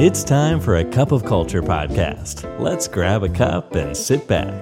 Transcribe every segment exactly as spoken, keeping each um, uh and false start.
It's time for a cup of culture podcast. Let's grab a cup and sit back.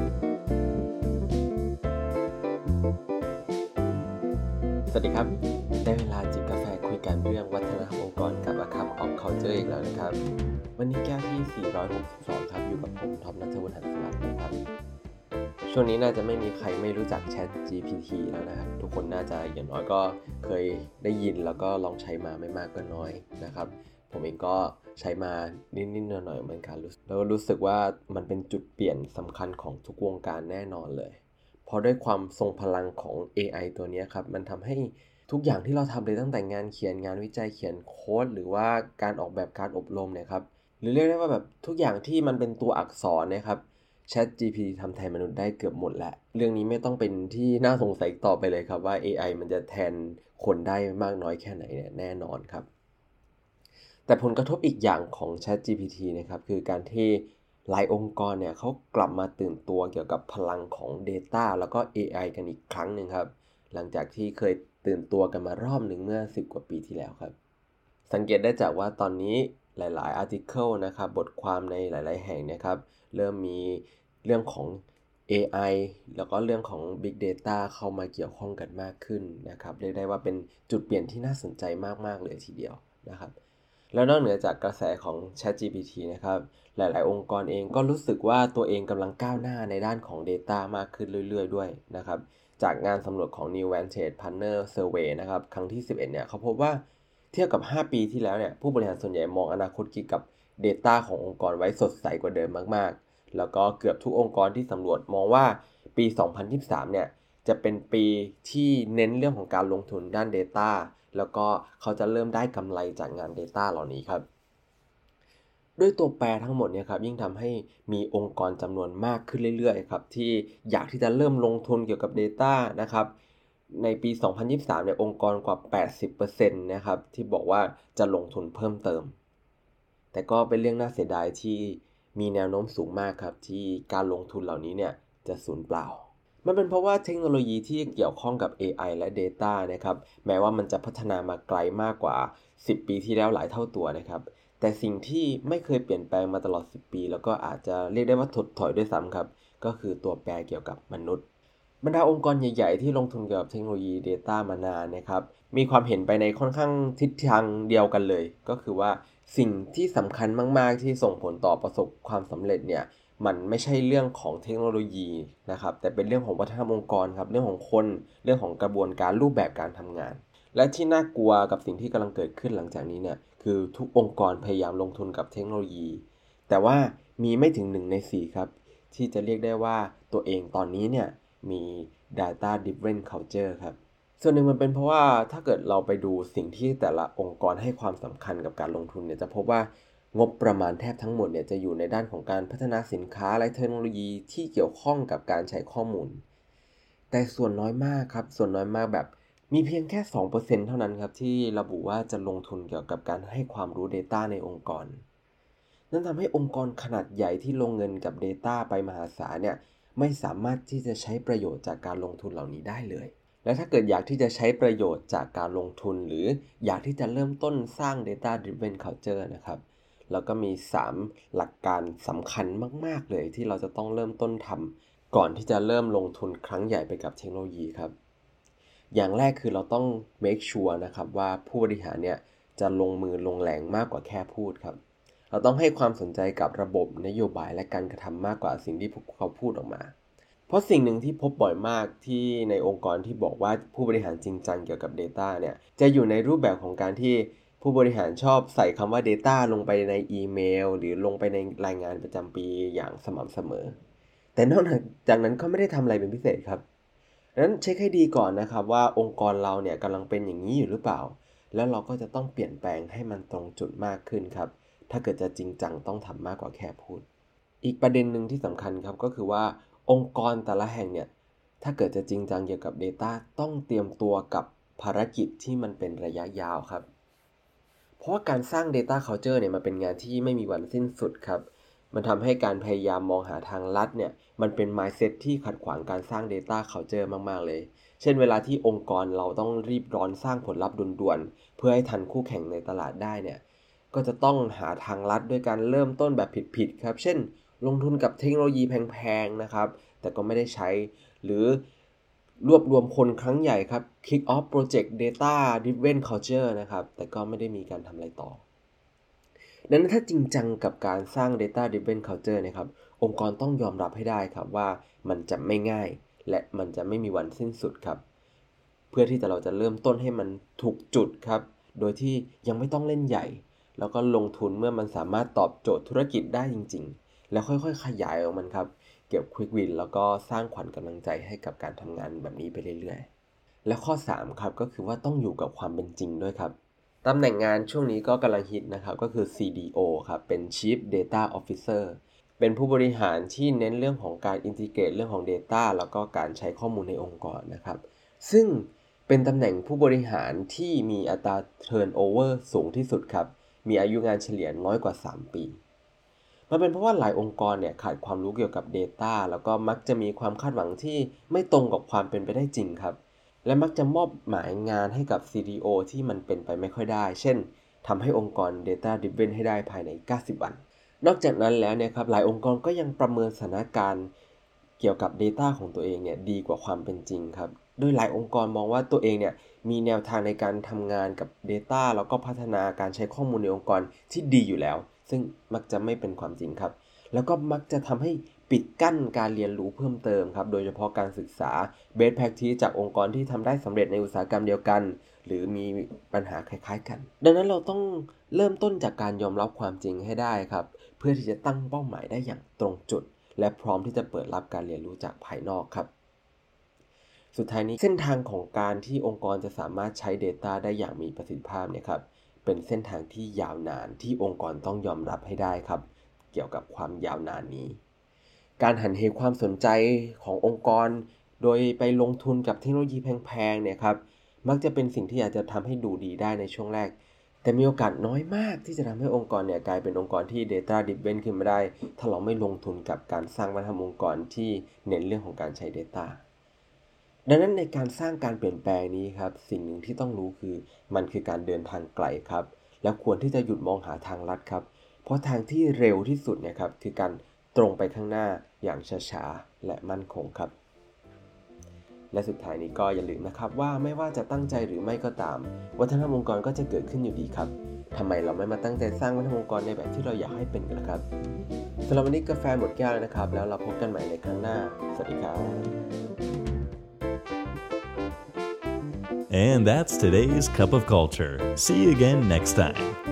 สวัสดีครับได้เวลาจิบกาแฟคุยกันเรื่องวัฒนธรรมองค์กรกับ A Cup of Culture อีกแล้วนะครับวันนี้แก้วที่สี่ร้อยหกสิบสองครับอยู่กับผมท็อปณัฐวุฒิ หันสวัสดิ์นะครับช่วงนี้น่าจะไม่มีใครไม่รู้จัก Chat จี พี ที แล้วนะครับทุกคนน่าจะอย่างน้อยก็เคยได้ยินแล้วก็ลองใช้มาไม่มากก็น้อยนะครับผมเองก็ใช้มานิดๆหน่อยๆเหมือนกันแล้วก็รู้สึกว่ามันเป็นจุดเปลี่ยนสำคัญของทุกวงการแน่นอนเลยเพราะด้วยความทรงพลังของ เอ ไอ ตัวนี้ครับมันทำให้ทุกอย่างที่เราทำเลยตั้งแต่งานเขียนงานวิจัยเขียนโค้ดหรือว่าการออกแบบการอบรมเนี่ยครับหรือเรียกได้ว่าแบบทุกอย่างที่มันเป็นตัวอักษรนะครับ Chat จี พี ที ทำแทนมนุษย์ได้เกือบหมดแหละเรื่องนี้ไม่ต้องเป็นที่น่าสงสัยต่อไปเลยครับว่า เอ ไอ มันจะแทนคนได้มากน้อยแค่ไหนเนี่ยแน่นอนครับแต่ผลกระทบอีกอย่างของ Chat จี พี ที นะครับคือการที่หลายองค์กรเนี่ยเขากลับมาตื่นตัวเกี่ยวกับพลังของ data แล้วก็ เอ ไอ กันอีกครั้งหนึ่งครับหลังจากที่เคยตื่นตัวกันมารอบหนึ่งเมื่อสิบกว่าปีที่แล้วครับสังเกตได้จากว่าตอนนี้หลายๆ article นะครับบทความในหลายๆแห่งนะครับเริ่มมีเรื่องของ เอ ไอ แล้วก็เรื่องของ Big Data เข้ามาเกี่ยวข้องกันมากขึ้นนะครับเรียกได้ว่าเป็นจุดเปลี่ยนที่น่าสนใจมากๆเลยทีเดียวนะครับแล้วนอกเหนือจากกระแสของ Chat จี พี ที นะครับหลายๆองค์กรเองก็รู้สึกว่าตัวเองกำลังก้าวหน้าในด้านของ Data มากขึ้นเรื่อยๆด้วยนะครับจากงานสำรวจของ New Vantage Partner Survey นะครับครั้งที่สิบเอ็ดเนี่ยเขาพบว่าเทียบกับห้าปีที่แล้วเนี่ยผู้บริหารส่วนใหญ่มองอนาคตเกี่ยวกับ Data ขององค์กรไว้สดใสกว่าเดิมมากๆแล้วก็เกือบทุกองค์กรที่สำรวจมองว่าปีสองพันยี่สิบสามเนี่ยจะเป็นปีที่เน้นเรื่องของการลงทุนด้าน Data แล้วก็เขาจะเริ่มได้กำไรจากงาน Data เหล่านี้ครับด้วยตัวแปรทั้งหมดเนี่ยครับยิ่งทำให้มีองค์กรจำนวนมากขึ้นเรื่อยๆครับที่อยากที่จะเริ่มลงทุนเกี่ยวกับ Data นะครับในปีสองพันยี่สิบสามเนี่ยองค์กรกว่า แปดสิบเปอร์เซ็นต์ นะครับที่บอกว่าจะลงทุนเพิ่มเติมแต่ก็เป็นเรื่องน่าเสียดายที่มีแนวโน้มสูงมากครับที่การลงทุนเหล่านี้เนี่ยจะสูญเปล่ามันเป็นเพราะว่าเทคโนโลยีที่เกี่ยวข้องกับ เอ ไอ และ Data นะครับแม้ว่ามันจะพัฒนามาไกลมากกว่าสิบปีที่แล้วหลายเท่าตัวนะครับแต่สิ่งที่ไม่เคยเปลี่ยนแปลงมาตลอดสิบปีแล้วก็อาจจะเรียกได้ว่าถดถอยด้วยซ้ำครับก็คือตัวแปรเกี่ยวกับมนุษย์บรรดาองค์กรใหญ่ๆที่ลงทุนเกี่ยวกับเทคโนโลยี Data มานานนะครับมีความเห็นไปในค่อนข้างทิศทางเดียวกันเลยก็คือว่าสิ่งที่สำคัญมากๆที่ส่งผลต่อประสบความสำเร็จเนี่ยมันไม่ใช่เรื่องของเทคโนโลยีนะครับแต่เป็นเรื่องของวัฒนธรรมองค์กรครับเรื่องของคนเรื่องของกระบวนการรูปแบบการทำงานและที่น่ากลัวกับสิ่งที่กำลังเกิดขึ้นหลังจากนี้เนี่ยคือทุกองค์กรพยายามลงทุนกับเทคโนโลยีแต่ว่ามีไม่ถึงหนึ่งในสี่ครับที่จะเรียกได้ว่าตัวเองตอนนี้เนี่ยมี data driven culture ครับส่วนหนึ่งมันเป็นเพราะว่าถ้าเกิดเราไปดูสิ่งที่แต่ละองค์กรให้ความสำคัญกับการลงทุนเนี่ยจะพบว่างบประมาณแทบทั้งหมดเนี่ยจะอยู่ในด้านของการพัฒนาสินค้าและเทคโนโลยีที่เกี่ยวข้องกับการใช้ข้อมูลแต่ส่วนน้อยมากครับส่วนน้อยมากแบบมีเพียงแค่ สองเปอร์เซ็นต์ เท่านั้นครับที่ระบุว่าจะลงทุนเกี่ยวกับการให้ความรู้ Data ในองค์กรนั่นทำให้องค์กรขนาดใหญ่ที่ลงเงินกับ Data ไปมหาศาลเนี่ยไม่สามารถที่จะใช้ประโยชน์จากการลงทุนเหล่านี้ได้เลยและถ้าเกิดอยากที่จะใช้ประโยชน์จากการลงทุนหรืออยากที่จะเริ่มต้นสร้าง Data Driven Culture นะครับแล้วก็มีสามหลักการสำคัญมากๆเลยที่เราจะต้องเริ่มต้นทำก่อนที่จะเริ่มลงทุนครั้งใหญ่ไปกับเทคโนโลยีครับอย่างแรกคือเราต้อง make sure นะครับว่าผู้บริหารเนี่ยจะลงมือลงแรงมากกว่าแค่พูดครับเราต้องให้ความสนใจกับระบบนโยบายและการกระทำมากกว่าสิ่งที่พวกเขาพูดออกมาเพราะสิ่งหนึ่งที่พบบ่อยมากที่ในองค์กรที่บอกว่าผู้บริหารจริงจังเกี่ยวกับ Data เนี่ยจะอยู่ในรูปแบบของการที่ผู้บริหารชอบใส่คำว่า Data ลงไปในอีเมลหรือลงไปในรายงานประจำปีอย่างสม่ำเสมอแต่นอกจากนั้นก็ไม่ได้ทำอะไรเป็นพิเศษครับดังนั้นเช็คให้ดีก่อนนะครับว่าองค์กรเราเนี่ยกำลังเป็นอย่างนี้อยู่หรือเปล่าแล้วเราก็จะต้องเปลี่ยนแปลงให้มันตรงจุดมากขึ้นครับถ้าเกิดจะจริงจังต้องทำมากกว่าแค่พูดอีกประเด็นหนึ่งที่สำคัญครับก็คือว่าองค์กรแต่ละแห่งเนี่ยถ้าเกิดจะจริงจังเกี่ยวกับ Data ต้องเตรียมตัวกับภารกิจที่มันเป็นระยะยาวครับเพราะว่าการสร้าง Data Culture เนี่ยมันเป็นงานที่ไม่มีวันสิ้นสุดครับมันทำให้การพยายามมองหาทางลัดเนี่ยมันเป็น mindset ที่ขัดขวางการสร้าง Data Culture มากๆเลยเช่นเวลาที่องค์กรเราต้องรีบร้อนสร้างผลลัพธ์ด่วนๆเพื่อให้ทันคู่แข่งในตลาดได้เนี่ยก็จะต้องหาทางลัดด้วยการเริ่มต้นแบบผิดๆครับเช่นลงทุนกับเทคโนโลยีแพงๆนะครับแต่ก็ไม่ได้ใช้หรือรวบรวมคนครั้งใหญ่ครับ Kick off Project Data Driven Culture นะครับแต่ก็ไม่ได้มีการทำอะไรต่อดังนั้นถ้าจริงจังกับการสร้าง Data Driven Culture นะครับองค์กรต้องยอมรับให้ได้ครับว่ามันจะไม่ง่ายและมันจะไม่มีวันสิ้นสุดครับเพื่อที่เราจะเริ่มต้นให้มันถูกจุดครับโดยที่ยังไม่ต้องเล่นใหญ่แล้วก็ลงทุนเมื่อมันสามารถตอบโจทย์ธุรกิจได้จริงๆแล้วค่อยๆขยายออกมันครับเก็บ Quick Win แล้วก็สร้างขวัญกำลังใจให้กับการทำงานแบบนี้ไปเรื่อยๆและข้อสามครับก็คือว่าต้องอยู่กับความเป็นจริงด้วยครับตำแหน่งงานช่วงนี้ก็กำลังฮิตนะครับก็คือ ซี ดี โอ ครับเป็น Chief Data Officer เป็นผู้บริหารที่เน้นเรื่องของการอินทิเกรตเรื่องของ Data แล้วก็การใช้ข้อมูลในองค์กรนะครับซึ่งเป็นตำแหน่งผู้บริหารที่มีอัตรา Turnover สูงที่สุดครับมีอายุงานเฉลี่ยน้อยกว่าสามปีมันเป็นเพราะว่าหลายองค์กรเนี่ยขาดความรู้เกี่ยวกับ Data แล้วก็มักจะมีความคาดหวังที่ไม่ตรงกับความเป็นไปได้จริงครับและมักจะมอบหมายงานให้กับ ซี ดี โอ ที่มันเป็นไปไม่ค่อยได้เช่นทำให้องค์กร Data Driven ให้ได้ภายในเก้าสิบวันนอกจากนั้นแล้วเนี่ยครับหลายองค์กรก็ยังประเมินสถานการณ์เกี่ยวกับ Data ของตัวเองเนี่ยดีกว่าความเป็นจริงครับโดยหลายองค์กรมองว่าตัวเองเนี่ยมีแนวทางในการทำงานกับ Data แล้วก็พัฒนาการใช้ข้อมูลในองค์กรที่ดีอยู่แล้วซึ่งมักจะไม่เป็นความจริงครับแล้วก็มักจะทำให้ปิดกั้นการเรียนรู้เพิ่มเติมครับโดยเฉพาะการศึกษา Best Practice จากองค์กรที่ทำได้สำเร็จในอุตสาหกรรมเดียวกันหรือมีปัญหาคล้ายๆกันดังนั้นเราต้องเริ่มต้นจากการยอมรับความจริงให้ได้ครับเพื่อที่จะตั้งเป้าหมายได้อย่างตรงจุดและพร้อมที่จะเปิดรับการเรียนรู้จากภายนอกครับสุดท้ายนี้เส้นทางของการที่องค์กรจะสามารถใช้ Data ได้อย่างมีประสิทธิภาพเนี่ยครับเป็นเส้นทางที่ยาวนานที่องค์กรต้องยอมรับให้ได้ครับเกี่ยวกับความยาวนานนี้การหันเหความสนใจขององค์กรโดยไปลงทุนกับเทคโนโลยีแพงๆเนี่ยครับมักจะเป็นสิ่งที่อาจจะทำให้ดูดีได้ในช่วงแรกแต่มีโอกาสน้อยมากที่จะทำให้องค์กรเนี่ยกลายเป็นองค์กรที่ Data Driven ขึ้นมาได้ถ้าเราไม่ลงทุนกับการสร้างวัฒนธรรมองค์กรที่เน้นเรื่องของการใช้ Data ดังนั้นในการสร้างการเปลี่ยนแปลงนี้ครับสิ่งหนึ่งที่ต้องรู้คือมันคือการเดินทางไกลครับและควรที่จะหยุดมองหาทางลัดครับเพราะทางที่เร็วที่สุดเนี่ยครับคือการตรงไปข้างหน้าอย่างช้าๆและมั่นคงครับและสุดท้ายนี้ก็อย่าลืมนะครับว่าไม่ว่าจะตั้งใจหรือไม่ก็ตามวัฒนธรรมองค์กรก็จะเกิดขึ้นอยู่ดีครับทำไมเราไม่มาตั้งใจสร้างวัฒนธรรมองค์กรในแบบที่เราอยากให้เป็นกันล่ะครับสำหรับวันนี้กาแฟหมดแก้วแล้วนะครับแล้วเราพบกันใหม่ในครั้งหน้าสวัสดีครับ And that's today's Cup of Culture. See you again next time.